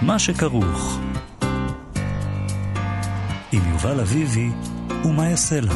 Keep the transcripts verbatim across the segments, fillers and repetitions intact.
מה שכרוך. עם יובל אביבי ומה יעשה לה.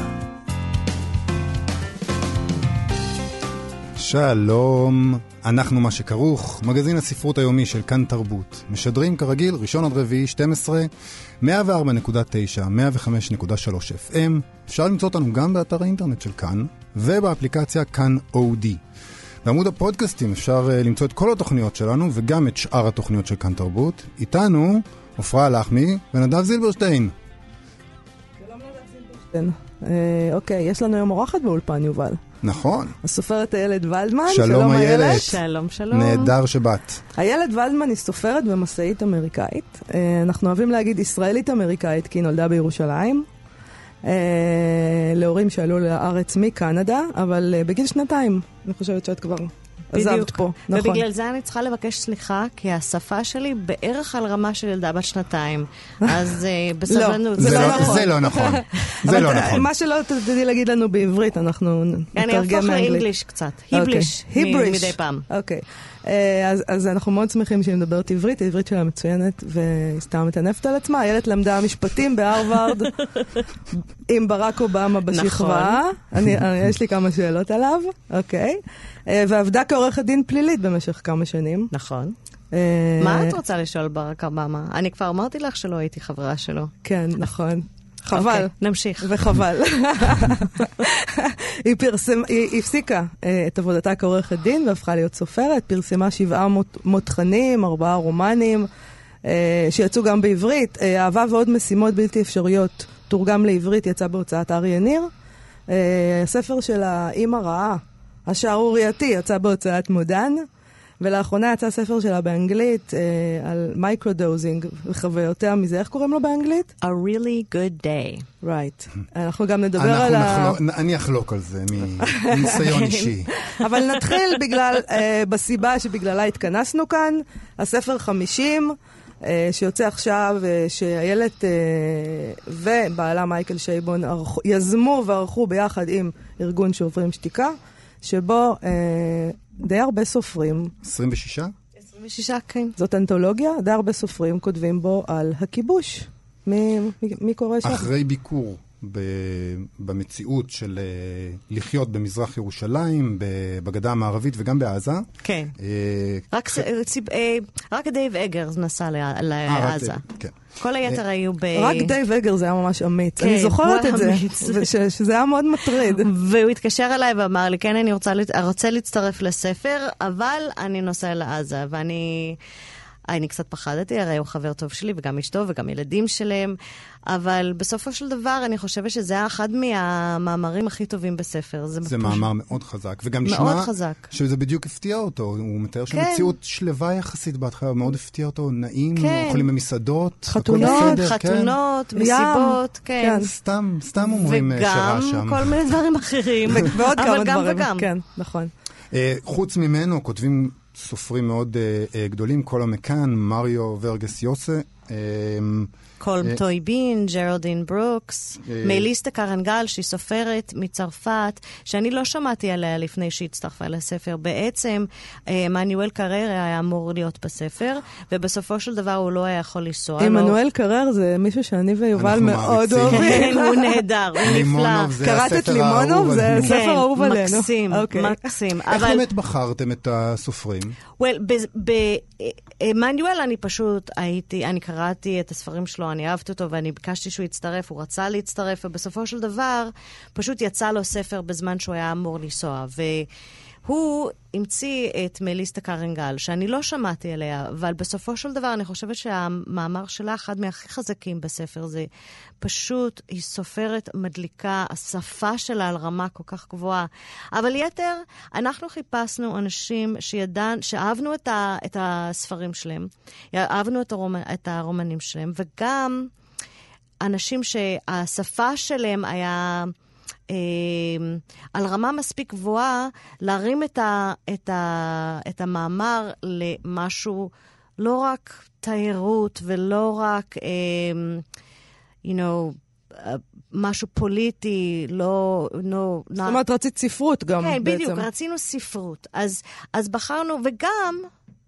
שלום, אנחנו מה שכרוך, מגזין הספרות היומי של כאן תרבות. משדרים כרגיל, ראשון עד רביעי, שתים עשרה, מאה וארבע נקודה תשע, מאה וחמש נקודה שלוש אף אם. אפשר למצוא אותנו גם באתר האינטרנט של כאן, ובאפליקציה כאן אודי. בעמוד הפודקאסטים אפשר למצוא את כל התוכניות שלנו, וגם את שאר התוכניות של כאן תרבות. איתנו, עופרה לחמי ונדב זילברשטיין. שלום נדב זילברשטיין. אוקיי, יש לנו היום אורחת באולפן, יובל. נכון. הסופרת איילת ולדמן. שלום, שלום איילת. שלום, שלום. נהדר שבאת. איילת ולדמן היא סופרת ומסעית אמריקאית. אנחנו אוהבים להגיד ישראלית אמריקאית, כי היא נולדה בירושלים. להורים שעלו לארץ מקנדה, אבל בגיל שנתיים, אני חושבת שאת כבר עזבת פה. נכון. ובגלל זה אני צריכה לבקש סליחה, כי השפה שלי בערך על רמה של ילדה בת שנתיים. אז בסבלנות. זה לא נכון. זה לא נכון. זה לא נכון. מה שלא תדעי להגיד לנו בעברית, אנחנו נתרגם מאנגלית. אני אהפוך לאנגליש קצת. היבליש. מדי פעם. אוקיי. אז, אז אנחנו מאוד שמחים שהיא מדברת עברית, העברית שלה מצוינת, והיא סתם מטנפת על עצמה. איילת למדה משפטים בהרווארד עם ברק אובמה בשכבה. נכון. אני, יש לי כמה שאלות עליו, אוקיי. ועבדה כעורכת דין פלילית במשך כמה שנים. נכון. מה את רוצה לשאול ברק אובמה? אני כבר אמרתי לך שלא הייתי חברה שלו. כן, נכון. חבל. Okay, נמשיך. וחבל. היא פרסם, היא הפסיקה את עבודתה כעורכת דין והפכה להיות סופרת, פרסמה שבעה מותחנים, ארבעה רומנים, שיצאו גם בעברית. אהבה ועוד משימות בלתי אפשריות תורגם לעברית, יצא בהוצאת אריה ניר. הספר של האמא רעה, השערורייתי, יצא בהוצאת מודן. ולאחרונה יצא ספר שלה באנגלית אה, על מייקרודוזינג וחוויותיה מזה. איך קוראים לו באנגלית? A really good day. Right. אנחנו גם נדבר על ה... אני אחלוק על זה מניסיון אישי. אבל נתחיל בגלל, אה, בסיבה שבגללה התכנסנו כאן. הספר חמישים, אה, שיוצא עכשיו, אה, שאיילת אה, ובעלה מייקל שייבון ערכו, יזמו וערכו ביחד עם ארגון שוברים שתיקה, שבו... אה, די הרבה סופרים. עשרים ושש? עשרים ושש, כן. זאת אנתולוגיה, די הרבה סופרים כותבים בו על הכיבוש. מי, מי, מי קורא שם? אחרי ביקור ב, במציאות של לחיות במזרח ירושלים, בגדה המערבית וגם בעזה. כן. אה, רק, ח... ציב, אה, רק דייב אגרס נסע לעזה. כן. כל היתר היו ב... רק דייב אגר זה היה ממש אמיץ. אני זוכרת את זה, שזה היה מאוד מטריד. והוא התקשר אליי ואמר לי, כן, אני רוצה להצטרף לספר, אבל אני נוסע לעזה, ואני... אני קצת פחדתי, הרי הוא חבר טוב שלי, וגם אשתו, וגם ילדים שלהם, אבל בסופו של דבר, אני חושבת שזה היה אחד מהמאמרים הכי טובים בספר. זה, זה מאמר מאוד חזק, וגם נשמע שזה בדיוק הפתיע אותו. הוא מתאר שם כן. מציאות שלווה יחסית בהתחלה, מאוד הפתיע אותו, נעים, כן. אוכלים במסעדות, חתונות, חתונות, כן. מסיבות, כן. כן. סתם, סתם אומרים שרה שם. וגם כל מיני דברים אחרים. ועוד כמה גם דברים. וגם. כן, נכון. חוץ ממנו, כותבים סופרים מאוד גדולים, כל המכאן, מריו ורגס יוסה, קולם טויבין, ג'רלדין ברוקס, מליסטה קרנגל, שהיא סופרת מצרפת, שאני לא שמעתי עליה לפני שהצטרפה לספר. בעצם, מנואל קרר היה אמור להיות בספר, ובסופו של דבר הוא לא היה יכול לנסוע. מנואל קרר זה מישהו שאני ויובל מאוד אוהבים. הוא נהדר, הוא נפלא. קראת את לימונוב? זה ספר אהוב עלינו. מקסים, מקסים. איך באמת בחרתם את הסופרים? מנואל אני פשוט הייתי, אני קראתי את הספרים שלו, אני אהבתי אותו ואני ביקשתי שהוא יצטרף, הוא רצה להצטרף, ובסופו של דבר פשוט יצא לו ספר בזמן שהוא היה אמור לנסוע, והוא המציא את מליסטה קרנגל, שאני לא שמעתי עליה, אבל בסופו של דבר אני חושבת שהמאמר שלה, אחד מהכי חזקים בספר, זה פשוט, היא סופרת מדליקה, השפה שלה על רמה כל כך גבוהה. אבל יתר, אנחנו חיפשנו אנשים שידען, שאהבנו את, ה, את הספרים שלהם, אהבנו את, הרומ, את הרומנים שלהם, וגם אנשים שהשפה שלהם היה... על רמה מספיק גבוהה, להרים את, ה, את, ה, את המאמר למשהו, לא רק תיירות ולא רק, you know, משהו פוליטי, לא... לא זאת אומרת, רצית ספרות גם כן, בעצם. כן, בדיוק, רצינו ספרות. אז, אז בחרנו, וגם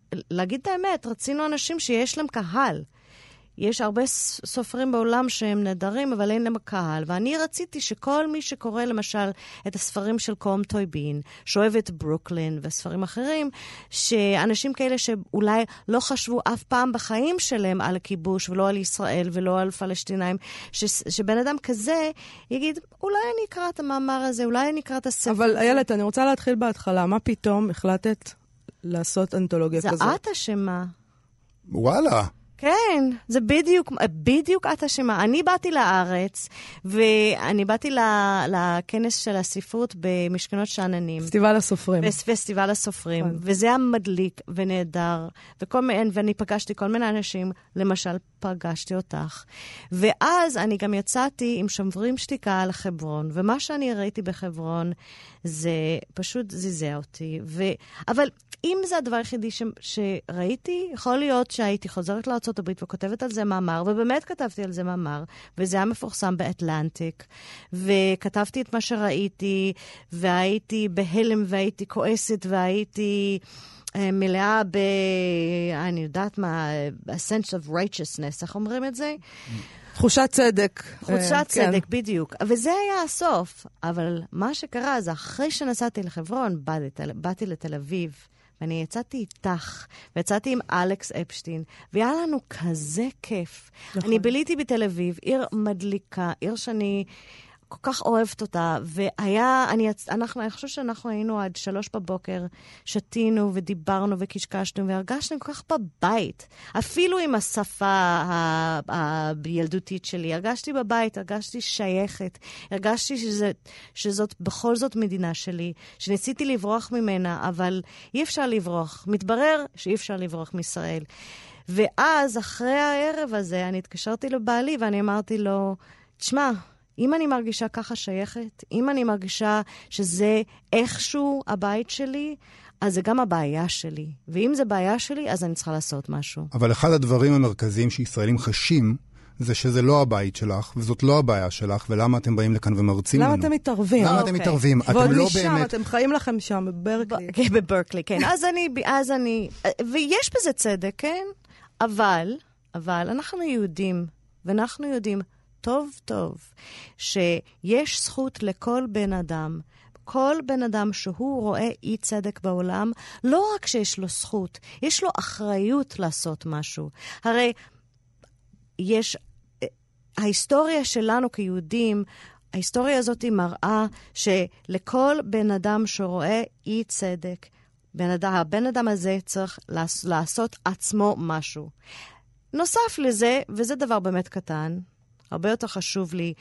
להגיד את האמת, רצינו אנשים שיש להם קהל. יש הרבה סופרים בעולם שהם נהדרים, אבל אין להם קהל. ואני רציתי שכל מי שקורא למשל את הספרים של קום טויבין, שאוהב את ברוקלין וספרים אחרים, שאנשים כאלה שאולי לא חשבו אף פעם בחיים שלהם על הכיבוש, ולא על ישראל ולא על פלסטינאים, ש, שבן אדם כזה יגיד, אולי אני אקרא את המאמר הזה, אולי אני אקרא את הספר. אבל איילת, אני רוצה להתחיל בהתחלה. מה פתאום החלטת לעשות אנתולוגיה כזאת? זה את אשמה. וואלה. כן, זה בדיוק, בדיוק את אשמה. אני באתי לארץ, ואני באתי לכנס של הספרות במשכנות שאננים. פסטיבל הסופרים. פסטיבל הסופרים. וזה היה מדליק ונהדר. וכל מיני, ואני פגשתי כל מיני אנשים, למשל פגשתי אותך. ואז אני גם יצאתי עם שומרים שתיקה על חברון, ומה שאני ראיתי בחברון, זה פשוט זיזע אותי. ו... אבל אם זה הדבר היחידי ש... שראיתי, יכול להיות שהייתי חוזרת לארצות הברית וכותבת על זה מאמר, ובאמת כתבתי על זה מאמר, וזה היה מפורסם באטלנטיק, וכתבתי את מה שראיתי, והייתי בהלם, והייתי כועסת, והייתי מלאה ב... אני יודעת מה, a sense of righteousness, איך אומרים את זה? תחושת צדק. תחושת צדק, בדיוק. וזה היה הסוף. אבל מה שקרה זה אחרי שנסעתי לחברון, באתי לתל אביב, ואני יצאתי איתך, ויצאתי עם אלכס אפשטיין, והיה לנו כזה כיף. אני ביליתי בתל אביב, עיר מדליקה, עיר שאני כל כך אוהבת אותה, והיה, אני, אנחנו, אני חושבת שאנחנו היינו עד שלוש בבוקר, שתינו ודיברנו וקשקשנו, והרגשנו כל כך בבית. אפילו עם השפה הילדותית שלי, הרגשתי בבית, הרגשתי שייכת, הרגשתי שזה, שזאת בכל זאת מדינה שלי, שניסיתי לברוח ממנה, אבל אי אפשר לברוח. מתברר שאי אפשר לברוח מישראל. ואז, אחרי הערב הזה, אני התקשרתי לבעלי, ואני אמרתי לו, תשמע, אם אני מרגישה ככה שייכת, אם אני מרגישה שזה איכשהו הבית שלי, אז זה גם הבעיה שלי. ואם זה בעיה שלי, אז אני צריכה לעשות משהו. אבל אחד הדברים המרכזיים שישראלים חשים, זה שזה לא הבית שלך, וזאת לא הבעיה שלך, ולמה אתם באים לכאן ומרצים לנו? למה אתם מתערבים? למה אתם מתערבים? ועוד משם, אתם חיים לכם שם, בברקלי. בברקלי, כן. אז אני, אז אני, ויש בזה צדק, כן? אבל, אבל אנחנו יהודים, ואנחנו יודעים טוב טוב, שיש זכות לכל בן אדם, כל בן אדם שהוא רואה אי צדק בעולם, לא רק שיש לו זכות, יש לו אחריות לעשות משהו. הרי יש, ההיסטוריה שלנו כיהודים, ההיסטוריה הזאת מראה שלכל בן אדם שרואה אי צדק, בן אדם, הבן אדם הזה צריך לעשות עצמו משהו. נוסף לזה, וזה דבר באמת קטן, הרבה יותר חשוב לי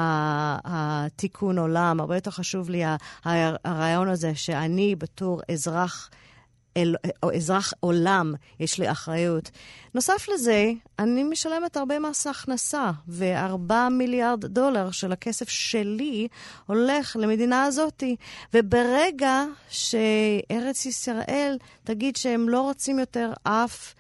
התיקון עולם, הרבה יותר חשוב לי הרעיון הזה שאני בתור אזרח, או אזרח עולם, יש לי אחריות. נוסף לזה, אני משלמת הרבה מס הכנסה, וארבעה מיליארד דולר של הכסף שלי הולך למדינה הזאת. וברגע שארץ ישראל תגיד שהם לא רוצים יותר אף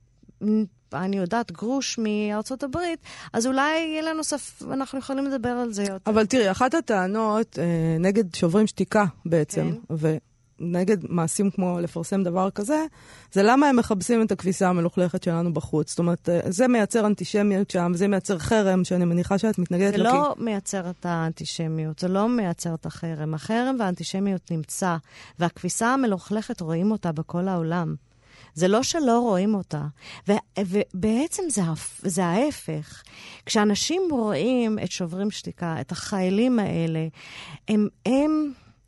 אני יודעת, גרוש מארצות הברית, אז אולי יהיה לנו סף, אנחנו יכולים לדבר על זה יותר. אבל תראי, אחת הטענות אה, נגד שוברים שתיקה בעצם, כן. ונגד מעשים כמו לפרסם דבר כזה, זה למה הם מחפשים את הכביסה המלוכלכת שלנו בחוץ. זאת אומרת, זה מייצר אנטישמיות שם, זה מייצר חרם, שאני מניחה שאת מתנגדת לו. זה לא מייצר את האנטישמיות, זה לא מייצר את החרם. החרם והאנטישמיות נמצא, והכביסה המלוכלכת רואים אותה בכל העולם. זה לא שלא רואים אותה. ו- ובעצם זה, זה ההפך. כשאנשים רואים את שוברים שתיקה, את החיילים האלה, הם, הם,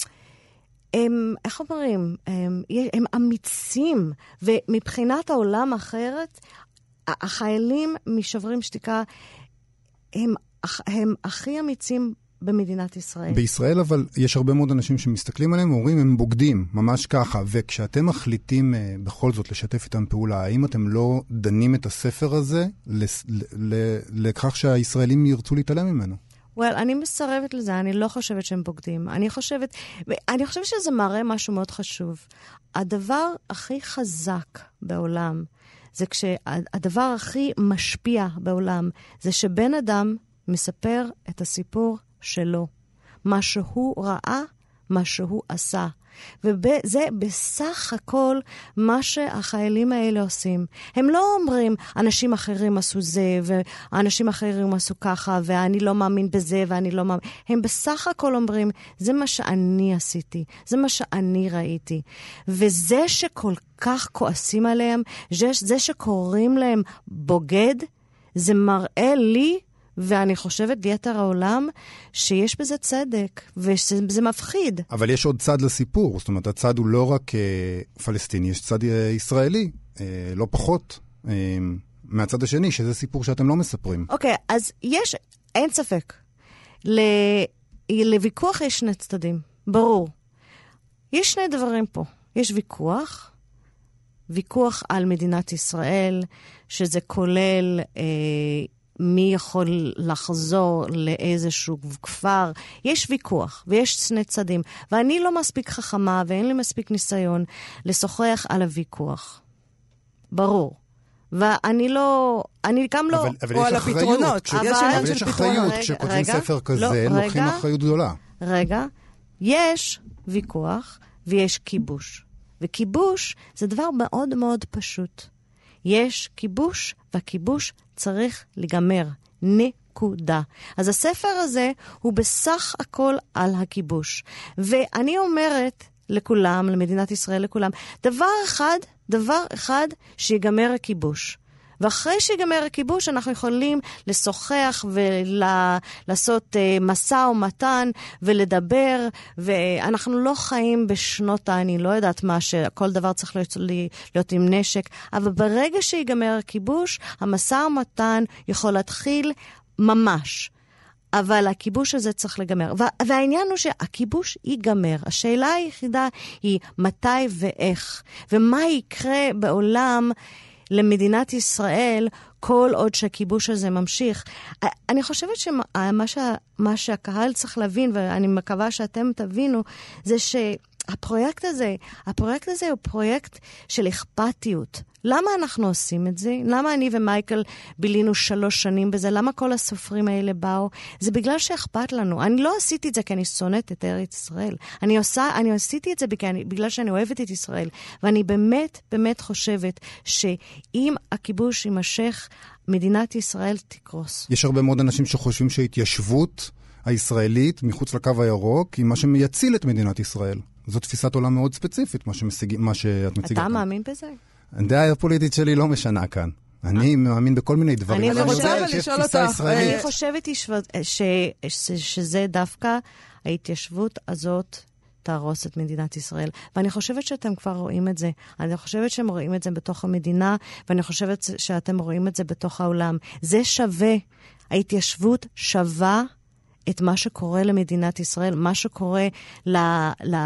הם איך אומרים? הם, הם אמיצים. ומבחינת העולם האחרת, החיילים משוברים שתיקה, הם, הם הכי אמיצים במדינת ישראל. בישראל אבל יש הרבה מאוד אנשים שמסתכלים עליהם ואומרים הם בוגדים, ממש ככה. וכשאתם מחליטים uh, בכל זאת לשתף איתם פעולה, האם אתם לא דנים את הספר הזה לכך שהישראלים ירצו להתעלם ממנו? well, אני מסרבת לזה, אני לא חושבת שהם בוגדים. אני חושבת, אני חושבת שזה מראה משהו מאוד חשוב. הדבר הכי חזק בעולם, זה כשהדבר הכי משפיע בעולם, זה שבן אדם מספר את הסיפור שלו. מה שהוא ראה, מה שהוא עשה. וזה בסך הכל מה שהחיילים האלה עושים. הם לא אומרים, אנשים אחרים עשו זה, ואנשים אחרים עשו ככה, ואני לא מאמין בזה, ואני לא מאמין. הם בסך הכל אומרים, זה מה שאני עשיתי, זה מה שאני ראיתי. וזה שכל כך כועסים עליהם, זה שקוראים להם בוגד, זה מראה לי, ואני חושבת ליתר העולם, שיש בזה צדק, וזה מפחיד. אבל יש עוד צד לסיפור, זאת אומרת, הצד הוא לא רק אה, פלסטיני, יש צד אה, ישראלי, אה, לא פחות, אה, מהצד השני, שזה סיפור שאתם לא מספרים. אוקיי, okay, אז יש, אין ספק, ל... לוויכוח יש שני צדדים, ברור. יש שני דברים פה. יש ויכוח, ויכוח על מדינת ישראל, שזה כולל אה, מי יכול לחזור לאיזשהו כפר. יש ויכוח, ויש שני צדים. ואני לא מספיק חכמה, ואין לי מספיק ניסיון לשוחח על הוויכוח. ברור. ואני לא, אני גם לא... אבל, אבל או יש על אחריות, הפתרונות. כש... אבל, אבל יש אחריות, כשכותבים ספר כזה, לא, לוקחים רגע, אחריות גדולה. רגע, יש ויכוח ויש כיבוש. וכיבוש זה דבר מאוד מאוד פשוט. יש כיבוש, והכיבוש צריך לגמר. נקודה. אז הספר הזה הוא בסך הכל על הכיבוש. ואני אומרת לכולם, למדינת ישראל, לכולם, דבר אחד, דבר אחד שיגמר הכיבוש. ואחרי שיגמר הכיבוש, אנחנו יכולים לשוחח ולעשות מסע ומתן ולדבר, ואנחנו לא חיים בשנות, אני לא יודעת מה, שכל דבר צריך להיות, להיות עם נשק, אבל ברגע שיגמר הכיבוש, המסע ומתן יכול להתחיל ממש. אבל הכיבוש הזה צריך לגמר. והעניין הוא שהכיבוש ייגמר. השאלה היחידה היא מתי ואיך. ומה יקרה בעולם למדינת ישראל כל עוד שהכיבוש הזה ממשיך. אני חושבת שמה שה, מה שהקהל צריך להבין, ואני מקווה שאתם תבינו, זה שהפרויקט הזה, הפרויקט הזה הוא פרויקט של אכפתיות. למה אנחנו עושים את זה? למה אני ומייקל בילינו שלוש שנים בזה? למה כל הסופרים האלה באו? זה בגלל שאכפת לנו. אני לא עשיתי את זה כי אני שונאת את ארץ ישראל. אני, עושה, אני עשיתי את זה בגלל שאני אוהבת את ישראל. ואני באמת, באמת חושבת שאם הכיבוש יימשך, מדינת ישראל תקרוס. יש הרבה מאוד אנשים שחושבים שההתיישבות הישראלית מחוץ לקו הירוק היא מה שמייציל את מדינת ישראל. זו תפיסת עולם מאוד ספציפית, מה, שמשיג, מה שאת מציגה. אתה מאמין בזה? הדעה הפוליטית שלי לא משנה כאן. אני מאמין בכל מיני דברים. אני רוצה לשאול אותך. אני חושבת שזה דווקא ההתיישבות הזאת תהרוס את מדינת ישראל. ואני חושבת שאתם כבר רואים את זה. אני חושבת שהם רואים את זה בתוך המדינה, ואני חושבת שאתם רואים את זה בתוך העולם. זה שווה. ההתיישבות שווה את מה שקורה למדינת ישראל, מה שקורה ל, ל,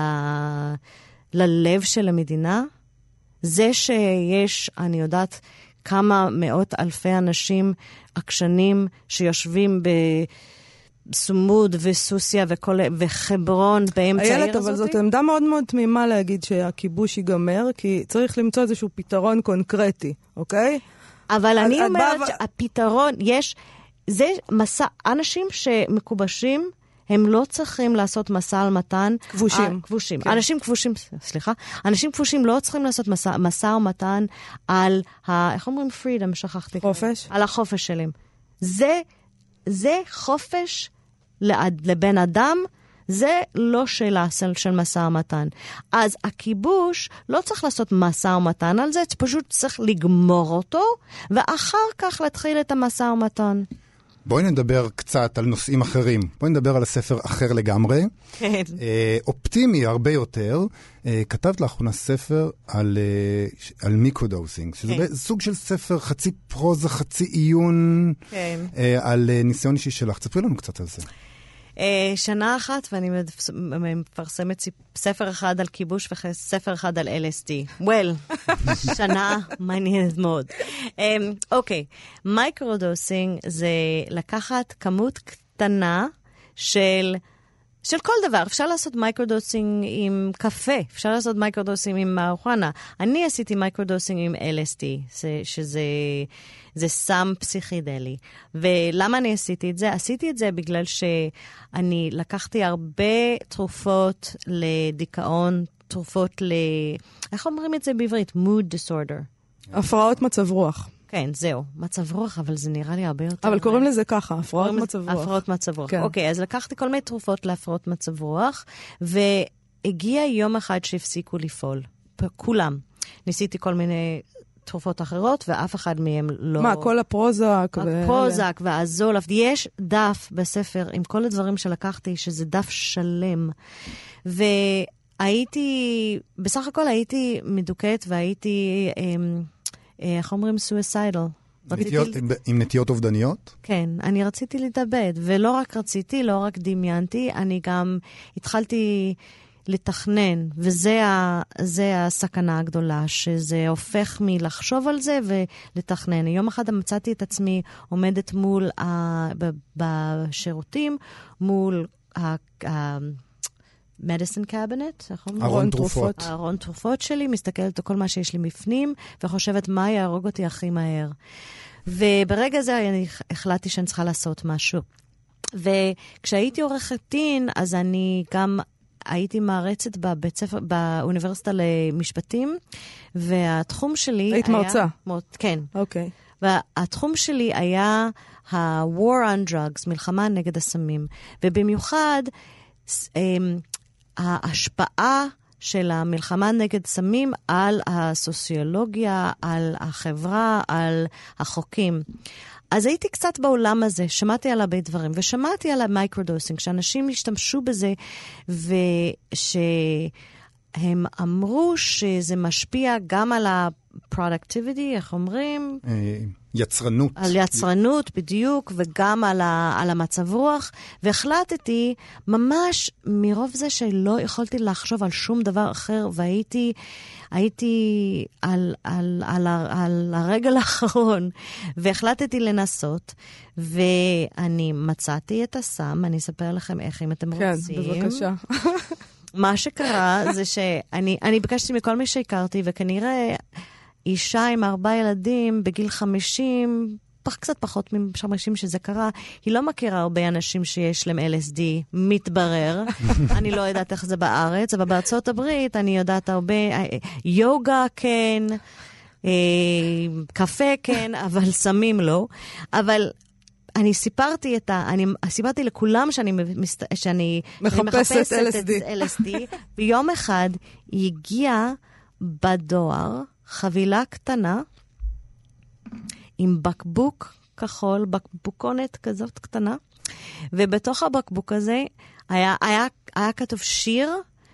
ללב של המדינה. זה שיש, אני יודעת, כמה מאות אלפי אנשים עקשנים שיושבים בסומוד וסוסיה וכל, וחברון באמצע העיר הזאת. איילת, אבל זאת עמדה מאוד מאוד תמימה להגיד שהכיבוש ייגמר, כי צריך למצוא איזשהו פתרון קונקרטי, אוקיי? אבל אני אומרת שהפתרון, יש, זה מסע, אנשים שמקובשים, הם לא צריכים לעשות מסע על מתן. כבושים. כבושים. כן. אנשים כבושים, סליחה. אנשים כבושים לא צריכים לעשות מסע, מסע ומתן על ה... איך אומרים freedom? שכחתי. חופש? על החופש שלהם. זה, זה חופש לבן אדם, זה לא שאלה של מסע ומתן. אז הכיבוש לא צריך לעשות מסע ומתן על זה, פשוט צריך לגמור אותו, ואחר כך להתחיל את המסע ומתן. בואי נדבר קצת על נושאים אחרים. בואי נדבר על הספר אחר לגמרי. כן. אה, אופטימי הרבה יותר. אה, כתבת לאחרונה ספר על, אה, על מיקרודוסינג, שזה כן. סוג של ספר חצי פרוזה, חצי עיון, כן. אה, על אה, ניסיון אישי שלך. תספרי לנו קצת על זה. אה, שנה אחת, ואני מפרסמת ספר אחד על כיבוש וספר אחד על אל אס די. well, שנה מעניינת מאוד. אוקיי, מייקרודוסינג זה לקחת כמות קטנה של... של כל דבר. אפשר לעשות מייקרודוסינג עם קפה, אפשר לעשות מייקרודוסינג עם מריחואנה. אני עשיתי מייקרודוסינג עם אל אס די, שזה זה סם פסיכידלי. ולמה אני עשיתי את זה? עשיתי את זה בגלל שאני לקחתי הרבה תרופות לדיכאון תרופות ל... איך אומרים את זה בעברית? mood disorder. הפרעות מצב רוח. כן, זהו. מצב רוח, אבל זה נראה לי הרבה יותר... אבל קוראים לזה ככה, הפרעות מצב רוח. הפרעות מצב רוח. כן. אוקיי, אז לקחתי כל מיני תרופות להפרעות מצב רוח, והגיע יום אחד שהפסיקו לפעול. כולם. ניסיתי כל מיני תרופות אחרות, ואף אחד מהם לא... מה, כל הפרוזק? הפרוזק והזולף. יש דף בספר עם כל הדברים שלקחתי, שזה דף שלם. והייתי, בסך הכל הייתי מדוכאת, והייתי, איך אומרים? suicidal. עם נטיות אובדניות? כן, אני רציתי להתאבד, ולא רק רציתי, לא רק דמיינתי, אני גם התחלתי לתכנן, וזה ה, זה הסכנה הגדולה, שזה הופך מלחשוב על זה ולתכנן. יום אחד מצאתי את עצמי עומדת מול, ה, ב, בשירותים, מול ה... ה medicine cabinet, ארון תרופות. ארון תרופות שלי, מסתכלת על כל מה שיש לי בפנים, וחושבת מה יהרוג אותי הכי מהר. וברגע זה אני החלטתי שאני צריכה לעשות משהו. וכשהייתי עורכת דין, אז אני גם הייתי מערצת בבית ספר, באוניברסיטה למשפטים, והתחום שלי היית היה... מרצה? כן. אוקיי. והתחום שלי היה ה-war on drugs, מלחמה נגד הסמים. ובמיוחד, ההשפעה של המלחמה נגד סמים על הסוציולוגיה, על החברה, על החוקים. אז הייתי קצת בעולם הזה, שמעתי על הרבה דברים, ושמעתי על המייקרודוסינג, שאנשים השתמשו בזה, ושהם אמרו שזה משפיע גם על ה-productivity, איך אומרים? יצרנות. על יצרנות, בדיוק, וגם על, ה, על המצב רוח, והחלטתי ממש מרוב זה שלא יכולתי לחשוב על שום דבר אחר, והייתי הייתי על, על, על, על, על הרגל האחרון, והחלטתי לנסות, ואני מצאתי את הסם, אני אספר לכם איך אם אתם כן, רוצים. כן, בבקשה. מה שקרה זה שאני אני ביקשתי מכל מי שהכרתי, וכנראה אישה עם ארבעה ילדים בגיל חמישים, קצת פחות מ-חמישים שזה קרה, היא לא מכירה הרבה אנשים שיש להם אל אס די, מתברר. אני לא יודעת איך זה בארץ, אבל בארצות הברית אני יודעת הרבה, יוגה כן, קפה כן, אבל סמים לא. אבל אני סיפרתי את ה... אני סיפרתי לכולם שאני, מסת... שאני מחפשת אל אס די. את אל אס די, ויום אחד היא הגיעה בדואר, חבילה קטנה, עם בקבוק כחול, בקבוקונת כזאת קטנה, ובתוך הבקבוק הזה היה, היה, היה כתוב שיר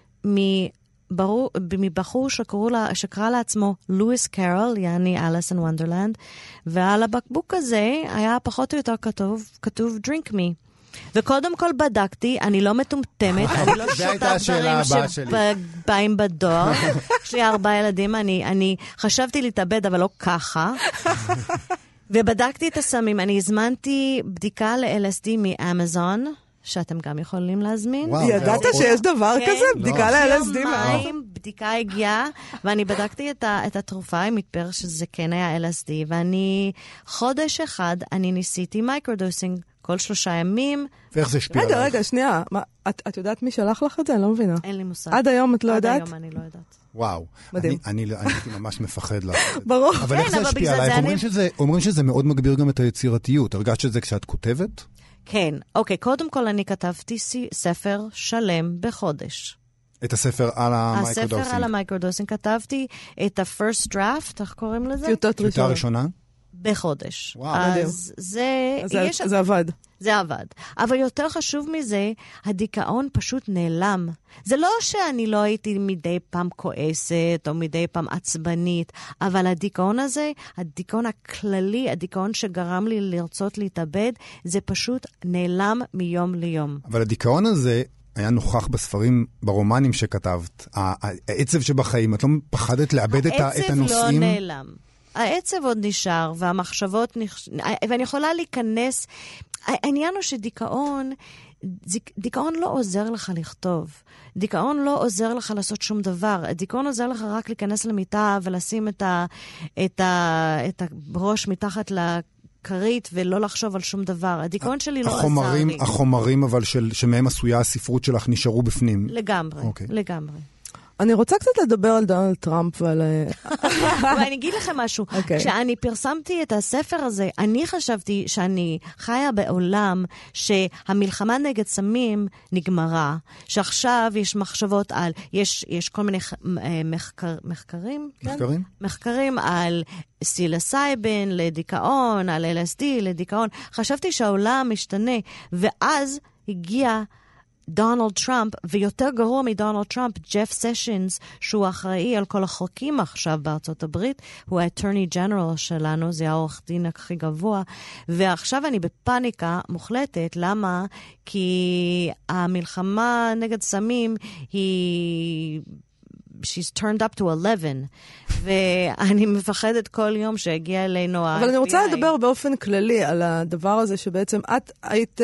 מברור, מבחור שקראו לה, שקרא לעצמו לואיס קרול, יעני אליס אין וונדרלנד, ועל הבקבוק הזה היה פחות או יותר כתוב, כתוב Drink Me. וקודם כל בדקתי, אני לא מטומטמת, אני לא שותה דברים שבאים בדואר. יש לי ארבעה ילדים, אני, אני חשבתי להתאבד, אבל לא ככה. ובדקתי את הסמים, אני הזמנתי בדיקה ל-אל אס די מאמזון, שאתם גם יכולים להזמין. ידעת שיש דבר כזה? בדיקה ל-אל אס די? יומיים, בדיקה הגיעה, ואני בדקתי את התרופה, עם מתפר שזה כן היה אל אס די, ואני, חודש אחד, אני ניסיתי מייקרודוסינג, כל שלושה ימים. ואיך זה השפיע עליך? רגע, רגע, שנייה. מה, את, את יודעת מי שלח לך את זה? אני לא מבינה. אין לי מושג. עד היום את לא עד יודעת? עד היום אני לא יודעת. וואו. מדהים. אני, אני, אני הייתי ממש מפחד לה. ברור. אבל איך כן, זה אבל השפיע בגלל עלייך? זה אומרים, אני- שזה, אומרים שזה מאוד מגביר גם את היצירתיות. הרגשת שזה כשאת כותבת? כן. אוקיי, קודם כל אני כתבתי סי- ספר שלם בחודש. את הספר על המייקרודוסינג. הספר על המייקרודוסינג, כתבתי את ה-first draft, איך קוראים לזה? טיוטות טיוטה ראשונה. ראשונה? בחודש. וואו. מדהים. אז זה... אז זה, יש- זה עבד. זה עבד. אבל יותר חשוב מזה, הדיכאון פשוט נעלם. זה לא שאני לא הייתי מדי פעם כועסת, או מדי פעם עצבנית, אבל הדיכאון הזה, הדיכאון הכללי, הדיכאון שגרם לי לרצות להתאבד, זה פשוט נעלם מיום ליום. אבל הדיכאון הזה היה נוכח בספרים, ברומנים שכתבת. ה- העצב שבחיים, את לא פחדת לאבד את ה- את העצב הנושאים? לא נעלם. העצב עוד נשאר, והמחשבות נש... ואני יכולה להיכנס... העניין הוא שדיכאון, דיכאון לא עוזר לך לכתוב. דיכאון לא עוזר לך לעשות שום דבר. דיכאון עוזר לך רק להיכנס למיטה ולשים את, ה... את, ה... את הראש מתחת לכרית ולא לחשוב על שום דבר. הדיכאון שלי לא עזר לי. החומרים אבל של, שמהם עשויה הספרות שלך נשארו בפנים. לגמרי, אוקיי. לגמרי. אני רוצה קצת לדבר על דונלד טראמפ ועל... ואני אגיד לכם משהו. כשאני פרסמתי את הספר הזה, אני חשבתי שאני חיה בעולם שהמלחמה נגד סמים נגמרה, שעכשיו יש מחשבות על, יש כל מיני מחקרים, מחקרים? מחקרים על סילסייבין לדיכאון, על אל אס די לדיכאון. חשבתי שהעולם משתנה, ואז הגיע דונלד טראמפ, ויותר גרוע מדונלד טראמפ, ג'ף סשנס, שהוא אחראי על כל החוקים עכשיו בארצות הברית, הוא ה-Attorney General שלנו, זה העורך דין הכי גבוה, ועכשיו אני בפאניקה מוחלטת, למה? כי המלחמה נגד סמים היא... she's turned up to eleven, ואני מפחדת כל יום שהגיע אלינו ה-F B I. אבל אני רוצה לדבר באופן כללי על הדבר הזה, שבעצם את היית...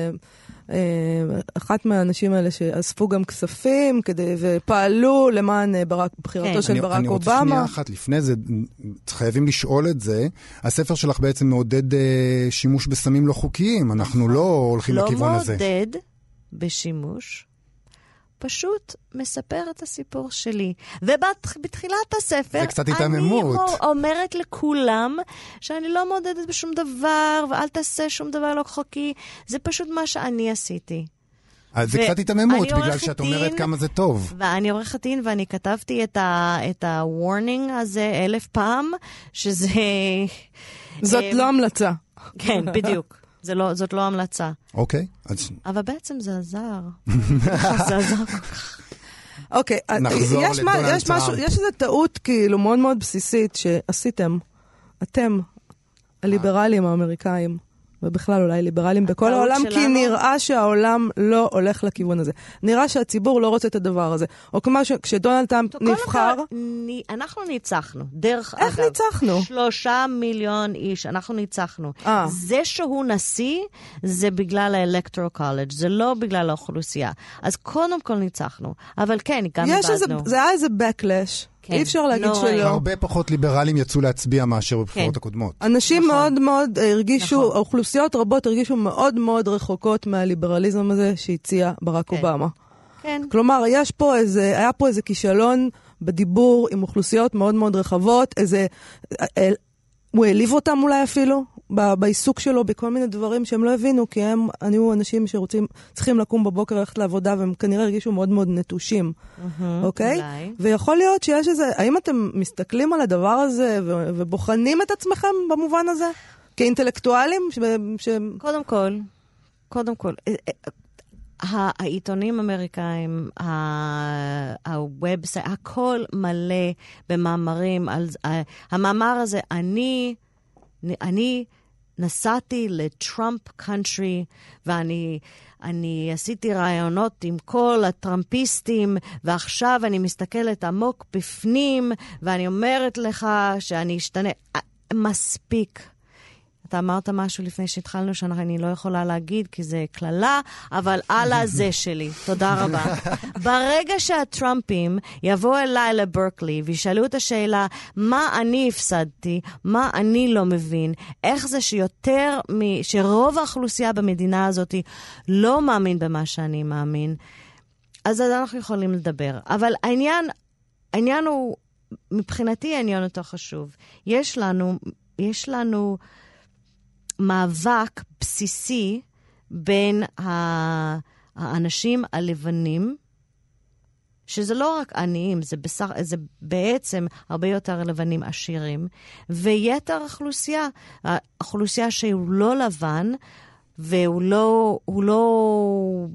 אחת מהאנשים האלה שאספו גם כספים כדי, ופעלו למען ברק, בחירתו של ברק אובמה. אני רוצה שנייה אחת לפני זה, חייבים לשאול את זה. הספר שלך בעצם מעודד שימוש בסמים לא חוקיים, אנחנו לא הולכים לכיוון הזה. לא מעודד בשימוש, פשוט מספר את הסיפור שלי. ובתחילת הספר, זה קצת התאממות. אני אומרת לכולם שאני לא מעודדת בשום דבר, ואל תעשה שום דבר לא חוקי. זה פשוט מה שאני עשיתי. אז זה קצת התאממות, בגלל שאת אומרת כמה זה טוב. ואני עורכת דין, ואני כתבתי את ה-warning הזה אלף פעם, שזה... זאת לא המלצה. כן, בדיוק. זה לא, זאת לא המלצה. אוקיי. אבל בעצם זה עזר. זה עזר כל כך. אוקיי, נחזור לדונלד טראמפ. יש איזו טעות כאילו מאוד מאוד בסיסית שעשיתם, אתם, הליברלים האמריקאים, ובכלל אולי ליברלים בכל העולם, כי נראה שהעולם לא הולך לכיוון הזה. נראה שהציבור לא רוצה את הדבר הזה. או כמו שכשדונלד טראמפ נבחר... אנחנו ניצחנו, דרך אגב. איך ניצחנו? שלושה מיליון איש, אנחנו ניצחנו. זה שהוא נשיא, זה בגלל האלקטורל קולג', זה לא בגלל האוכלוסייה. אז קודם כל ניצחנו. אבל כן, גם איבדנו. זה היה איזה backlash. אי אפשר להגיד שלא. הרבה פחות ליברלים יצאו להצביע מאשר בבחירות הקודמות. אנשים מאוד מאוד הרגישו, אוכלוסיות רבות הרגישו מאוד מאוד רחוקות מהליברליזם הזה שהציע ברק אובמה. כן. כלומר, יש פה איזה, היה פה איזה כישלון בדיבור עם אוכלוסיות מאוד מאוד רחבות, איזה, הוא העליב אותם אולי אפילו, בעיסוק שלו, בכל מיני דברים שהם לא הבינו, כי הם היו אנשים שרוצים, צריכים לקום בבוקר, ללכת לעבודה, והם כנראה הרגישו מאוד מאוד נטושים. אוקיי? ויכול להיות שיש איזה, האם אתם מסתכלים על הדבר הזה, ובוחנים את עצמכם במובן הזה? כאינטלקטואלים? קודם כל, קודם כל, העיתונים האמריקאים, הוובסייט, הכל מלא במאמרים. המאמר הזה, אני... אני נסעתי לטראמפ קאנטרי, ואני אני עשיתי רעיונות עם כל הטראמפיסטים, ועכשיו אני מסתכלת עמוק בפנים, ואני אומרת לך שאני אשתנה. מספיק. אתה אמרת משהו לפני שהתחלנו שאני לא יכולה להגיד, כי זה כללה, אבל על הזה שלי. תודה רבה. ברגע שהטראמפים יבואו אליי לברקלי, וישאלו את השאלה, מה אני הפסדתי, מה אני לא מבין, איך זה שיותר, מ... שרוב האוכלוסייה במדינה הזאת לא מאמין במה שאני מאמין, אז אנחנו יכולים לדבר. אבל העניין, העניין הוא, מבחינתי העניין יותר חשוב. יש לנו, יש לנו, מאבק בסיסי בין האנשים הלבנים, שזה לא רק עניים, זה, בסך, זה בעצם הרבה יותר לבנים עשירים, ויתר האוכלוסייה, האוכלוסייה שהוא לא לבן, והוא לא, הוא לא,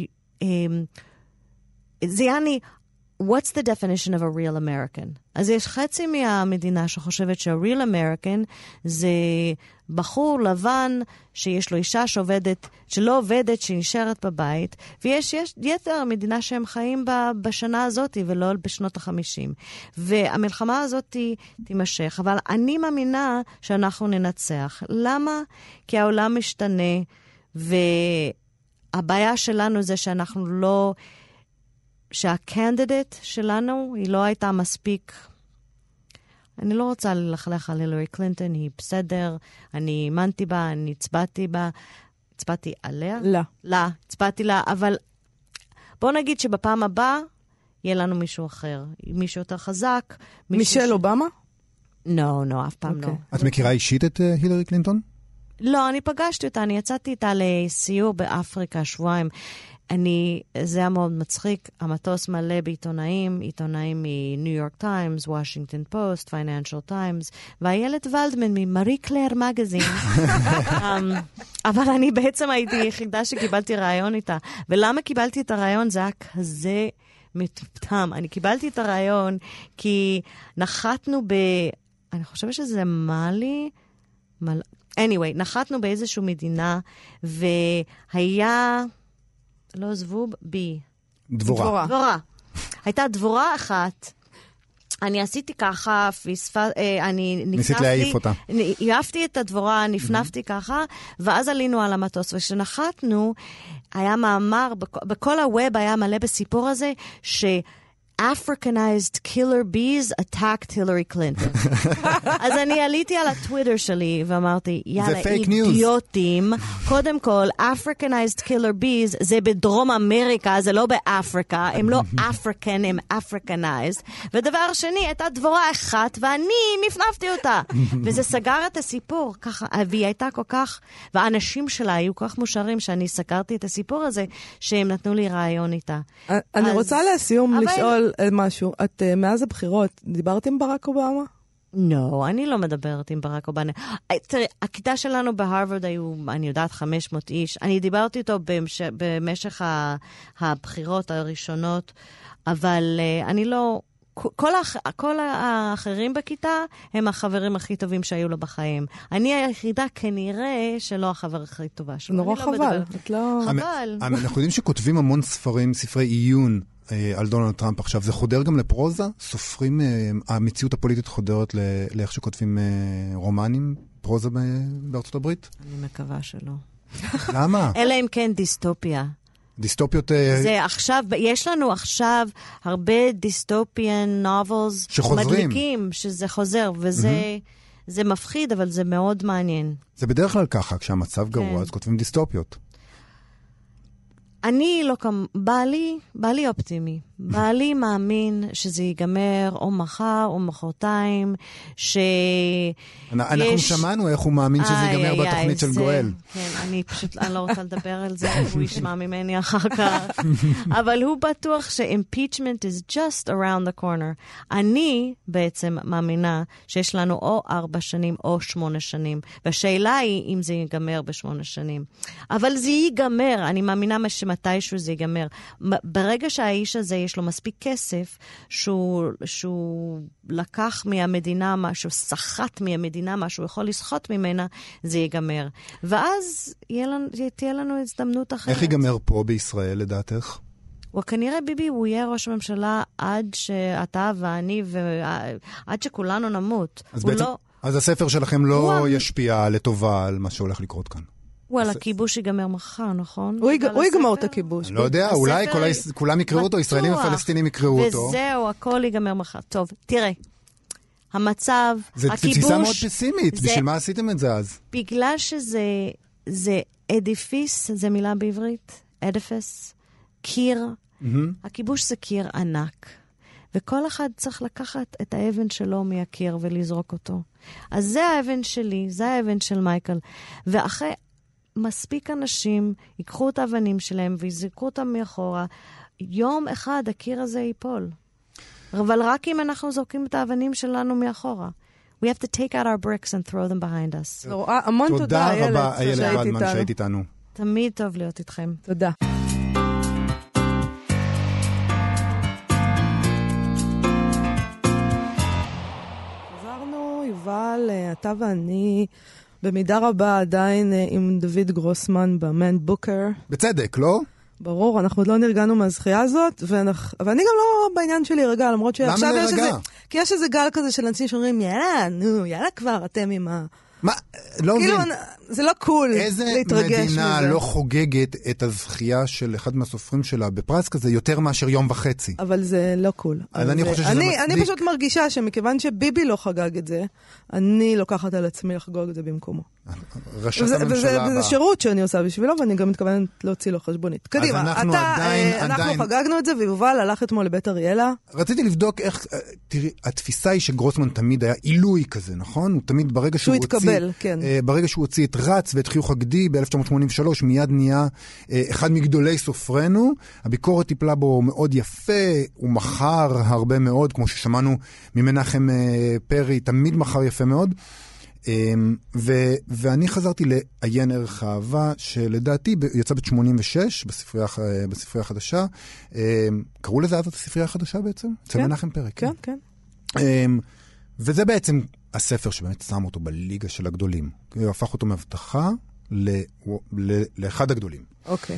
זה יעני, what's the definition of a real American? אז יש חצי מהמדינה שחושבת שה-real American זה בחור לבן שיש לו אישה שעובדת, שלא עובדת, שנשארת בבית, ויש יש יתר המדינה שהם חיים בה בשנה הזאת ולא בשנות החמישים. והמלחמה הזאת תימשך, אבל אני מאמינה שאנחנו ננצח. למה? כי העולם משתנה, והבעיה שלנו זה שאנחנו לא... שהקנדידט שלנו היא לא הייתה מספיק, אני לא רוצה ללכלך על הילרי קלינטון, היא בסדר, אני האמנתי בה, אני הצבעתי בה, הצבעתי עליה? לא. לא, הצבעתי לה, אבל בוא נגיד שבפעם הבאה יהיה לנו מישהו אחר. מישהו יותר חזק. מישל אובמה? לא, לא, אף פעם לא. את מכירה אישית את הילרי קלינטון? לא, אני פגשתי אותה, אני יצאתי איתה לסיור באפריקה, שבועיים. אני, זה היה מאוד מצחיק, המטוס מלא בעיתונאים, עיתונאים מניו יורק טיימס, וושינגטון פוסט, פייננשל טיימס, והילד ולדמן ממרי קלר מגזין. אבל אני בעצם הייתי יחידה שקיבלתי רעיון איתה. ולמה קיבלתי את הרעיון? זה היה כזה מטומטם. אני קיבלתי את הרעיון כי נחתנו ב... אני חושבת שזה מאלי... מל... anyway, נחתנו באיזושהי מדינה, והיה... לא זבוב, בי. דבורה. דבורה. דבורה. הייתה דבורה אחת. אני עשיתי ככה, פספס, אה, אני נפנפתי... ניסית להעיף אותה. העפתי את הדבורה, נפנפתי mm-hmm. ככה, ואז עלינו על המטוס. וכשנחתנו, היה מאמר, בכ- בכל הווב היה מלא בסיפור הזה, ש... Africanized killer bees attacked Hillary Clinton. אז אני עליתי על הטוויטר שלי ואמרתי, יאללה, אידיוטים. קודם כל, Africanized killer bees זה בדרום אמריקה, זה לא באפריקה. הם לא African, הם Africanized. ודבר שני, הייתה דבורה אחת, ואני נפנפתי אותה. וזה סגר את הסיפור. ככה, והיא הייתה כל כך, והאנשים שלה היו כל כך מושרים שאני סגרתי את הסיפור הזה, שהם נתנו לי רעיון איתה. אני רוצה לסיום לשאול משהו. את uh, מאז הבחירות, דיברת עם ברק אובמה? לא, אני לא מדברת עם ברק אובמה. תראי, הכיתה שלנו בהרווארד היו, אני יודעת, חמש מאות איש. אני דיברתי איתו במש... במשך ה... הבחירות הראשונות, אבל uh, אני לא... כל, האח... כל האחרים בכיתה הם החברים הכי טובים שהיו לו בחיים. אני היחידה כנראה שלא החבר הכי טובה שלו. נורא חבל. את לא... חבל. אנחנו יודעים שכותבים המון ספרים, ספרי עיון, על דונלד טראמפ עכשיו. זה חודר גם לפרוזה? סופרים, המציאות הפוליטית חודרת לאיך שכותבים רומנים, פרוזה בארצות הברית? אני מקווה שלא. למה? אלא אם כן דיסטופיה. דיסטופיות... זה עכשיו, יש לנו עכשיו הרבה דיסטופיאן נובלס שחוזרים. מדליקים, שזה חוזר, וזה זה מפחיד, אבל זה מאוד מעניין. זה בדרך כלל ככה, כשהמצב גרוע, אז כותבים דיסטופיות. אני לא כמ... בעלי, בעלי אופטימי. בעלי מאמין שזה ייגמר או מחר או מחרתיים, ש... אנחנו שמענו איך הוא מאמין שזה ייגמר בתוכנית של גואל. כן, אני פשוט, אני לא רוצה לדבר על זה, הוא ישמע ממני אחר כך. אבל הוא בטוח ש-impeachment is just around the corner. אני בעצם מאמינה שיש לנו או ארבע שנים או שמונה שנים, והשאלה היא אם זה ייגמר בשמונה שנים. אבל זה ייגמר, אני מאמינה שמתישהו זה ייגמר. ברגע שהאיש הזה יש לו מספיק כסף, שהוא, שהוא לקח מהמדינה משהו, סחט מהמדינה משהו, יכול לסחוט ממנה, זה ייגמר. ואז יהיה לנו, תהיה לנו הזדמנות אחרת. איך ייגמר פה בישראל, לדעתך? וכנראה ביבי, הוא יהיה ראש הממשלה עד שאתה ואני, ועד שכולנו נמות. אז, הוא בעצם, לא... אז הספר שלכם לא הוא... ישפיע לטובה על מה שהולך לקרות כאן. וואלה, הכיבוש ייגמר מחר, נכון? הוא יגמור את הכיבוש. לא יודע, אולי כולם יקראו אותו, ישראלים ופלסטינים יקראו אותו. וזהו, הכל ייגמר מחר. טוב, תראה, המצב, הכיבוש... זו תפיסה מאוד פסימית, בשביל מה עשיתם את זה אז? בגלל שזה אדיפיס, זה מילה בעברית, אדיפס, קיר. הכיבוש זה קיר ענק. וכל אחד צריך לקחת את האבן שלו מהקיר ולזרוק אותו. אז זה האבן שלי, זה האבן של מייקל. ואחרי... מספיק אנשים ייקחו את האבנים שלהם ויזרקו אותם מאחורה. יום אחד הקיר הזה ייפול. אבל רק אם אנחנו זורקים את האבנים שלנו מאחורה. We have to take out our bricks and throw them behind us. המון תודה, איילת. תודה רבה, איילת ולדמן, שהיית איתנו. תמיד טוב להיות איתכם. תודה. חזרנו, יובל, אתה ואני... במידה רבה עדיין עם דוד גרוסמן במן בוקר. בצדק, לא? ברור, אנחנו עוד לא נרגענו מהזכייה הזאת, ואנחנו, ואני גם לא בעניין שלי רגע, למרות שעכשיו יש איזה, כי יש איזה גל כזה של אנשים שאומרים, יאללה, נו, יאללה כבר, אתם עם ה... מה? לא כאילו, מבין. זה לא קול להתרגש מזה. איזה מדינה לא חוגגת את הזכייה של אחד מהסופרים שלה בפרס כזה יותר מאשר יום וחצי? אבל זה לא קול. אז אני חושב שזה מצדיק. אני פשוט מרגישה שמכיוון שביבי לא חגג את זה, אני לוקחת על עצמי לחגוג את זה במקומו. ראשת וזה, הממשלה וזה, הבאה. וזה שירות שאני עושה בשבילו, ואני גם מתכוונת להוציא לו חשבונית. קדימה, אנחנו אתה, עדיין, אה, אנחנו עדיין... חגגנו את זה, ויובל הלך אתמול לבית אריאלה. רציתי לבדוק איך, תראי, התפיסה היא שגרוסמן תמיד היה עילוי כזה, נכון? הוא תמיד ברגע שהוא הוציא, התקבל, כן. אה, ברגע שהוא הוציא את רץ ואת חיוך הגדי ב-אלף תשע מאות שמונים ושלוש, מיד נהיה אה, אחד מגדולי סופרנו. הביקורת טיפלה בו מאוד יפה, הוא מחר הרבה מאוד, כמו ששמענו ממנחם אה, פרי, תמיד מחר יפה מאוד. ו- ואני חזרתי לעיין ערך האהבה, שלדעתי יצא ב-שמונים ושש בספרייה, בספרייה החדשה. קראו לזה אז את הספרייה החדשה בעצם? אצל כן, מנחם פרי. כן, כן. וזה בעצם הספר שבאמת שם אותו בליגה של הגדולים. הוא הפך אותו מהבטחה ל- ל- לאחד הגדולים. אוקיי.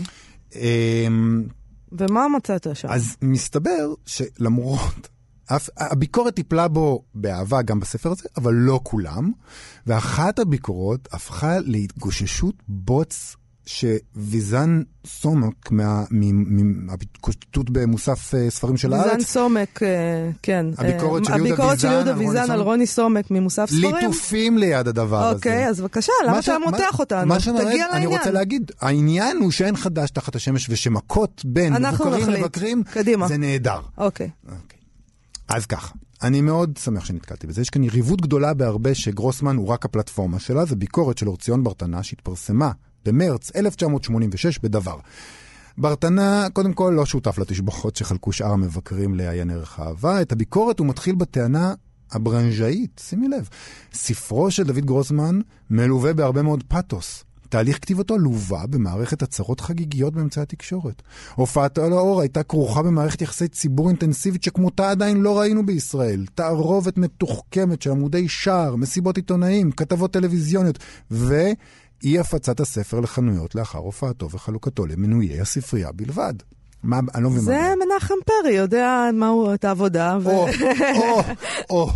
ומה מצאת שם? אז מסתבר שלמרות... הביקורת טיפלה בו באהבה גם בספר הזה, אבל לא כולם. ואחת הביקורות הפכה להתגוששות בוץ שוויזן סומק מההתקושטות במוסף ספרים של הארץ. ויזן סומק, כן. הביקורת של יהודה הביקורת של יהודה ויזן על רוני סומק ממוסף ספרים. ליטופים ליד הדבר הזה. אוקיי, אז בבקשה, למה אתה מותח אותנו? תגיע לעניין. אני רוצה להגיד, העניין הוא שאין חדש תחת השמש ושמכות בין מבוקרים לבקרים, זה נהדר. אוקיי. אז ככה, אני מאוד שמח שנתקלתי בזה. יש כאן יריבות גדולה בהרבה שגרוסמן הוא רק הפלטפורמה שלה. זה ביקורת של אורציון ברטנה שהתפרסמה במרץ אלף תשע מאות שמונים ושש בדבר. ברטנה, קודם כל, לא שותף לתשבחות שחלקו שאר המבקרים לעיין ערך האהבה. את הביקורת הוא מתחיל בטענה הברנז'אית, שימי לב. ספרו של דוד גרוסמן מלווה בהרבה מאוד פאטוס. תהליך כתיבתו לווה במערכת הצהרות חגיגיות באמצעי התקשורת. הופעתו לאור הייתה כרוכה במערכת יחסי ציבור אינטנסיבית שכמותה עדיין לא ראינו בישראל. תערובת מתוחכמת של עמודי שער, מסיבות עיתונאים, כתבות טלוויזיוניות, ואי הפצת הספר לחנויות לאחר הופעתו וחלוקתו למנויי הספרייה בלבד. מה, אני לא מבין מה. זה מנחם פרי, יודע מהו את העבודה. או, או, או.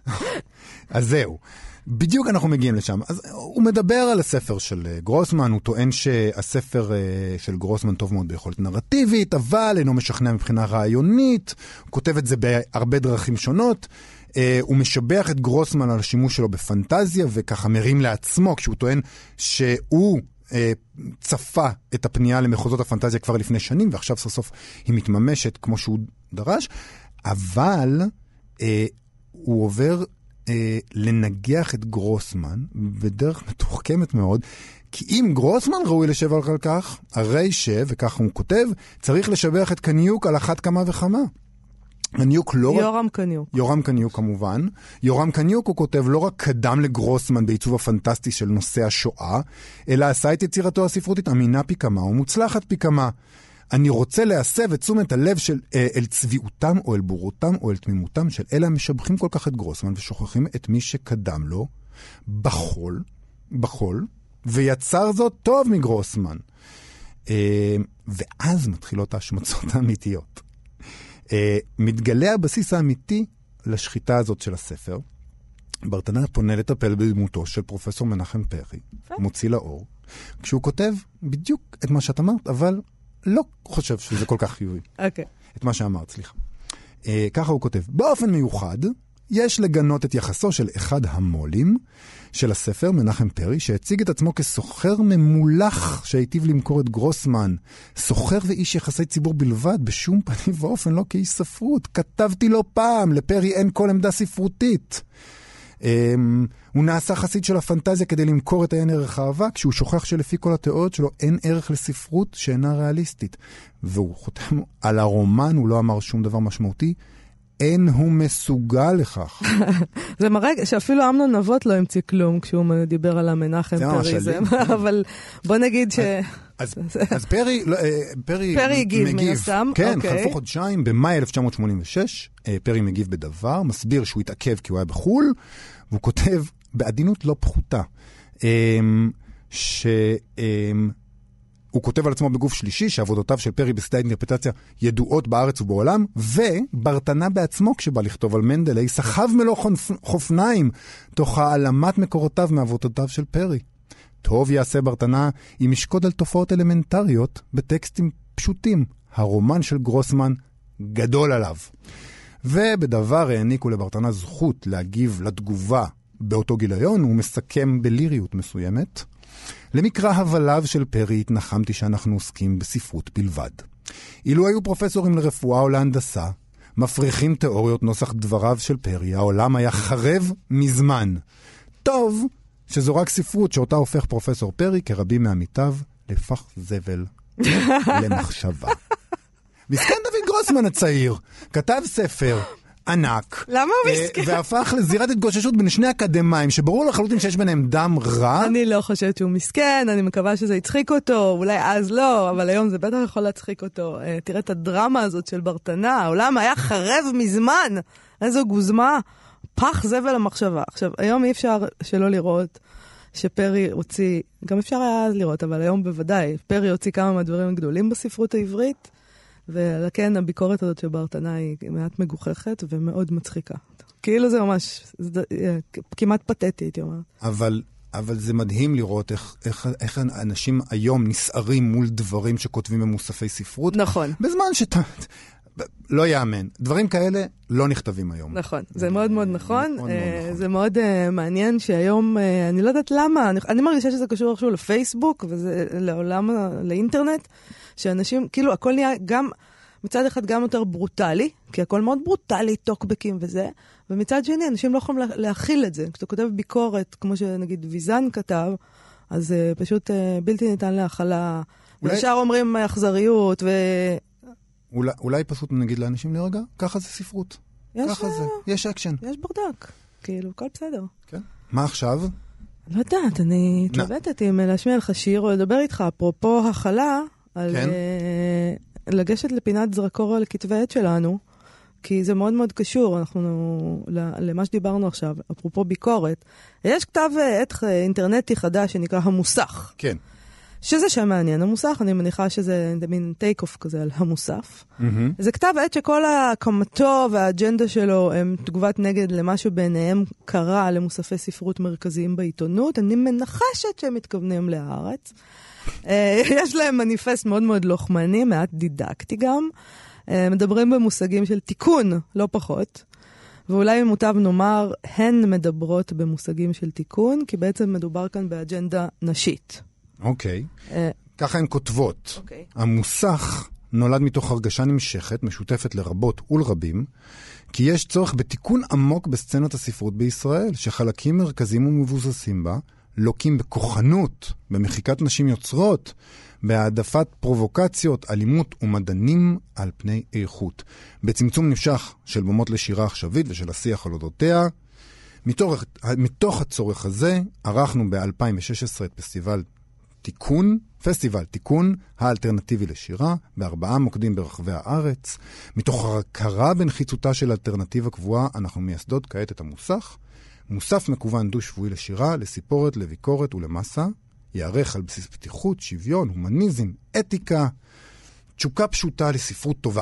אז זהו. בדיוק אנחנו מגיעים לשם. אז הוא מדבר על הספר של גרוסמן, הוא טוען שהספר של גרוסמן טוב מאוד ביכולת נרטיבית, אבל אינו משכנע מבחינה רעיונית, הוא כותב את זה בהרבה דרכים שונות, הוא משבח את גרוסמן על השימוש שלו בפנטזיה, וככה מרים לעצמו, כשהוא טוען שהוא צפה את הפנייה למחוזות הפנטזיה כבר לפני שנים, ועכשיו סוף סוף היא מתממשת כמו שהוא דרש, אבל הוא עובר לנגח את גרוסמן בדרך מתוחכמת מאוד, כי אם גרוסמן ראוי לשבח על כך, הרי ש, וכך הוא כותב, צריך לשבח את קניוק על אחת כמה וכמה. קניוק לא יורם קניוק. יורם קניוק כמובן. יורם קניוק הוא כותב לא רק קדם לגרוסמן בעיצוב הפנטסטי של נושא השואה, אלא עשה את יצירתו הספרותית אמינה פי כמה ומוצלחת פי כמה. אני רוצה להסב את תשומת הלב של, אה, אל צביעותם או אל בורותם או אל תמימותם של אלה המשבחים כל כך את גרוסמן ושוכחים את מי שקדם לו בחול, בחול, ויצר זאת טוב מגרוסמן. אה, ואז מתחילות ההשמצות האמיתיות. אה, מתגלה הבסיס האמיתי לשחיטה הזאת של הספר. ברטנה פונה לטפל בדמותו של פרופסור מנחם פרי, מוציא לאור, כשהוא כותב בדיוק את מה שאת אמרת, אבל לא חושב שזה כל כך חיובי. אוקיי. את מה שאמרת, סליחה. אה, ככה הוא כותב. באופן מיוחד, יש לגנות את יחסו של אחד המולים של הספר, מנחם פרי, שהציג את עצמו כסוחר ממולח שהיטיב למכור את גרוסמן. סוחר ואיש יחסי ציבור בלבד, בשום פנים ואופן לא כאיש ספרות. כתבתי לו פעם, לפרי אין כל עמדה ספרותית. Um, הוא נעשה חסיד של הפנטזיה כדי למכור את העין ערך האהבה, כשהוא שוכח שלפי כל התיאוריות שלו אין ערך לספרות שאינה ריאליסטית. והוא חותם על הרומן, הוא לא אמר שום דבר משמעותי, אין הוא מסוגל לכך. זה מראה שאפילו אמנון נבות לא המציא כלום כשהוא דיבר על המנחם פרי. אבל בוא נגיד ש... אז, אז פרי, פרי, פרי הגיב מנסם. כן, okay. חלפו חודשיים, במאי אלף תשע מאות שמונים ושש, פרי מגיב בדבר, מסביר שהוא התעכב כי הוא היה בחול, והוא כותב בעדינות לא פחותה, שהוא כותב על עצמו בגוף שלישי, שעבודותיו של פרי בשדה האינטרפרטציה ידועות בארץ ובעולם, וברטנה בעצמו כשבא לכתוב על מנדלי, סחב מלוא חופניים, תוך העלמת מקורותיו מעבודותיו של פרי. טוב יעשה ברטנה אם ישקוד על תופעות אלמנטריות בטקסטים פשוטים. הרומן של גרוסמן גדול עליו. ובדבר העניקו לברטנה זכות להגיב לתגובה באותו גיליון הוא מסכם בליריות מסוימת. למקרא הבלב של פרי התנחמתי שאנחנו עוסקים בספרות בלבד. אילו היו פרופסורים לרפואה או להנדסה, מפריחים תיאוריות נוסח דבריו של פרי, העולם היה חרב מזמן. טוב שזו רק ספרות שאותה הופך פרופסור פרי כרבים מעמיתיו לפח זבל למחשבה. מסכן דוד גרוסמן הצעיר, כתב ספר ענק. למה הוא מסכן? והפך לזירת התגוששות בין שני אקדמיים, שברור לחלוטין שיש ביניהם דם רע. אני לא חושבת שהוא מסכן, אני מקווה שזה יצחיק אותו, אולי אז לא, אבל היום זה בטח יכול להצחיק אותו. תראה את הדרמה הזאת של ברטנה, העולם היה חרב מזמן. איזו גוזמה, פח זבל המחשבה. עכשיו, היום אי אפשר שלא לראות שפרי הוציא, גם אפשר היה אז לראות, אבל היום בוודאי, פרי הוציא כמה מהדברים הגדולים בספרות העברית, ולכן הביקורת הזאת של ברטנה היא מעט מגוחכת ומאוד מצחיקה. כאילו זה ממש, זה כמעט פתטי, הייתי אומרת. אבל, אבל זה מדהים לראות איך, איך, איך אנשים היום נסערים מול דברים שכותבים במוספי ספרות. נכון. בזמן שאתה... לא יאמן. דברים כאלה לא נכתבים היום. נכון. זה מאוד מאוד נכון. זה מאוד מעניין שהיום, אני לא יודעת למה, אני מרגישה שזה קשור איכשהו לפייסבוק, וזה לעולם, לאינטרנט, שאנשים, כאילו, הכל נהיה גם, מצד אחד גם יותר ברוטלי, כי הכל מאוד ברוטלי, טוקבקים וזה, ומצד שני, אנשים לא יכולים להכיל את זה. כשאתה כותב ביקורת, כמו שנגיד ויזן כתב, אז זה פשוט בלתי ניתן להכלה. וישר אומרים אכזריות, ו... אולי, אולי פשוט נגיד לאנשים להירגע, ככה זה ספרות. ככה זה. יש אקשן. יש ברדק. כאילו, הכל בסדר. כן. מה עכשיו? לא יודעת, אני התלבטת אם להשמיע לך שיר או לדבר איתך, אפרופו החלה, על כן. uh, לגשת לפינת זרקור על כתבי עת שלנו, כי זה מאוד מאוד קשור, אנחנו, למה שדיברנו עכשיו, אפרופו ביקורת. יש כתב עת אינטרנטי חדש שנקרא המוסך. כן. שזה שם מעניין, המוסך, אני מניחה שזה מין טייק-אוף כזה על המוסף. Mm-hmm. זה כתב עת שכל הקמתו והאג'נדה שלו הם תגובת נגד למה שביניהם קרה למוספי ספרות מרכזיים בעיתונות. אני מנחשת שהם מתכוונים להארץ. יש להם מניפסט מאוד מאוד לוחמני, מעט דידקטי גם. מדברים במושגים של תיקון, לא פחות. ואולי מוטב נאמר, הן מדברות במושגים של תיקון, כי בעצם מדובר כאן באג'נדה נשית. אוקיי. ככה הן כותבות. אוקיי. המוסך נולד מתוך הרגשה נמשכת, משותפת לרבות ולרבים, כי יש צורך בתיקון עמוק בסצנות הספרות בישראל, שחלקים מרכזיים ומבוססים בה, לוקים בכוחנות, במחיקת נשים יוצרות, בהעדפת פרובוקציות, אלימות ומדענים על פני איכות. בצמצום נמשך של במות לשירה עכשווית ושל השיח על אודותיה, מתוך, מתוך הצורך הזה, ערכנו ב-אלפיים ושש עשרה את פסטיבל תיקון, פסטיבל תיקון האלטרנטיבי לשירה, בארבעה מוקדים ברחבי הארץ. מתוך הכרה בנחיצותה של אלטרנטיבה קבועה, אנחנו מייסדות כעת את המוסך. מוסף מקוון דו-שבועי לשירה, לסיפורת, לביקורת ולמסה. יערך על בסיס פתיחות, שוויון, הומניזם, אתיקה, תשוקה פשוטה לספרות טובה.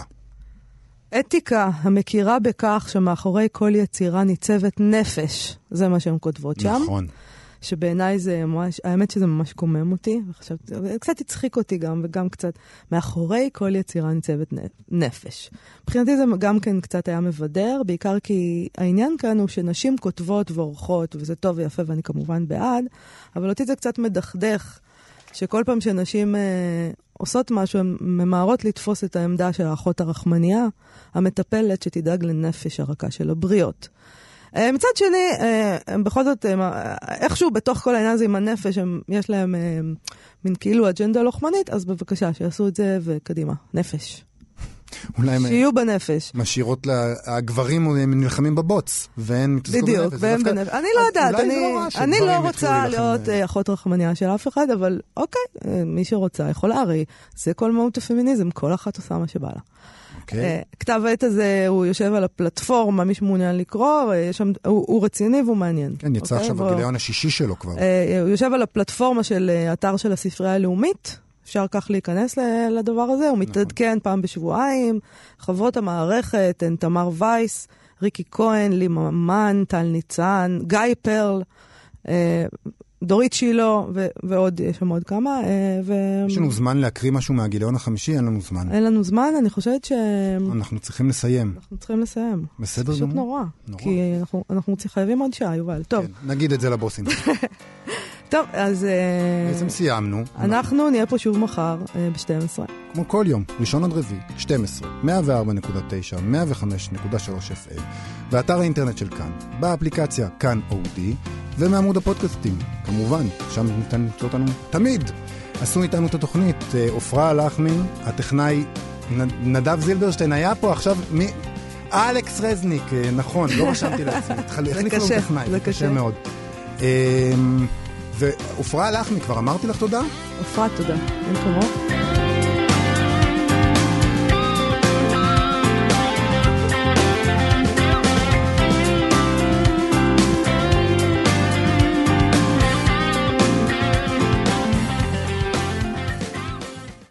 אתיקה המכירה בכך שמאחורי כל יצירה ניצבת נפש. זה מה שהן כותבות שם. נכון. שבעיניי זה ממש, האמת שזה ממש קומם אותי, וחשב, זה קצת הצחיק אותי גם, וגם קצת, מאחורי כל יצירה ניצבת נפש. מבחינתי זה גם כן קצת היה מבדר, בעיקר כי העניין כאן הוא שנשים כותבות ועורכות, וזה טוב ויפה ואני כמובן בעד, אבל אותי זה קצת מדכדך, שכל פעם שנשים אה, עושות משהו, הן ממהרות לתפוס את העמדה של האחות הרחמניה, המטפלת שתדאג לנפש הרכה של הבריות. מצד שני, בכל זאת, איכשהו בתוך כל העניין הזה עם הנפש, יש להם מין כאילו אג'נדה לוחמנית, אז בבקשה, שיעשו את זה וקדימה, נפש. שיהיו בנפש. משאירות הגברים נלחמים בבוץ, והן מתעסקות בנפש. בדיוק, והן בנפש. אני לא יודעת, אני לא רוצה להיות אחות רחמניה של אף אחד, אבל אוקיי, מי שרוצה יכולה, הרי זה כל מהות הפמיניזם, כל אחת עושה מה שבא לה. Okay. כתב העת הזה, הוא יושב על הפלטפורמה, מי שמעוניין לקרוא, שם, הוא, הוא רציני והוא מעניין. כן, יצא okay, עכשיו בגיליון השישי שלו כבר. הוא יושב על הפלטפורמה של אתר של הספרייה הלאומית, אפשר כך להיכנס לדבר הזה, הוא מתעדכן פעם בשבועיים, חברות המערכת, הן תמר וייס, ריקי כהן, לימה מן, טל ניצן, גיא פרל, דורית שילו, ו- ועוד, יש שם עוד כמה. ו... יש לנו זמן להקריא משהו מהגיליון החמישי? אין לנו זמן. אין לנו זמן, אני חושבת ש... אנחנו צריכים לסיים. אנחנו צריכים לסיים. בסדר פשוט גמור. נורא. נורא. כי אנחנו, אנחנו חייבים עוד שעה, יובל. טוב. כן, נגיד את זה לבוסים. טוב, אז... בעצם סיימנו. אנחנו נהיה פה שוב מחר ב-שתים עשרה. כמו כל יום, ראשון עד רביעי, שתים עשרה, מאה וארבע נקודה תשע, מאה וחמש נקודה שלוש אף אם, באתר האינטרנט של כאן, באפליקציה כאן אודי, ומעמוד הפודקאסטים. כמובן, שם ניתן למצוא אותנו תמיד. עשו איתנו את התוכנית, עופרה לחמי, הטכנאי נדב זילברשטיין, היה פה עכשיו מי... אלכס רזניק, נכון, לא רשמתי לעצמי. זה קשה, זה קשה מאוד. ועופרה לחמי, כבר אמרתי לך תודה? עופרה, תודה. אין כמו.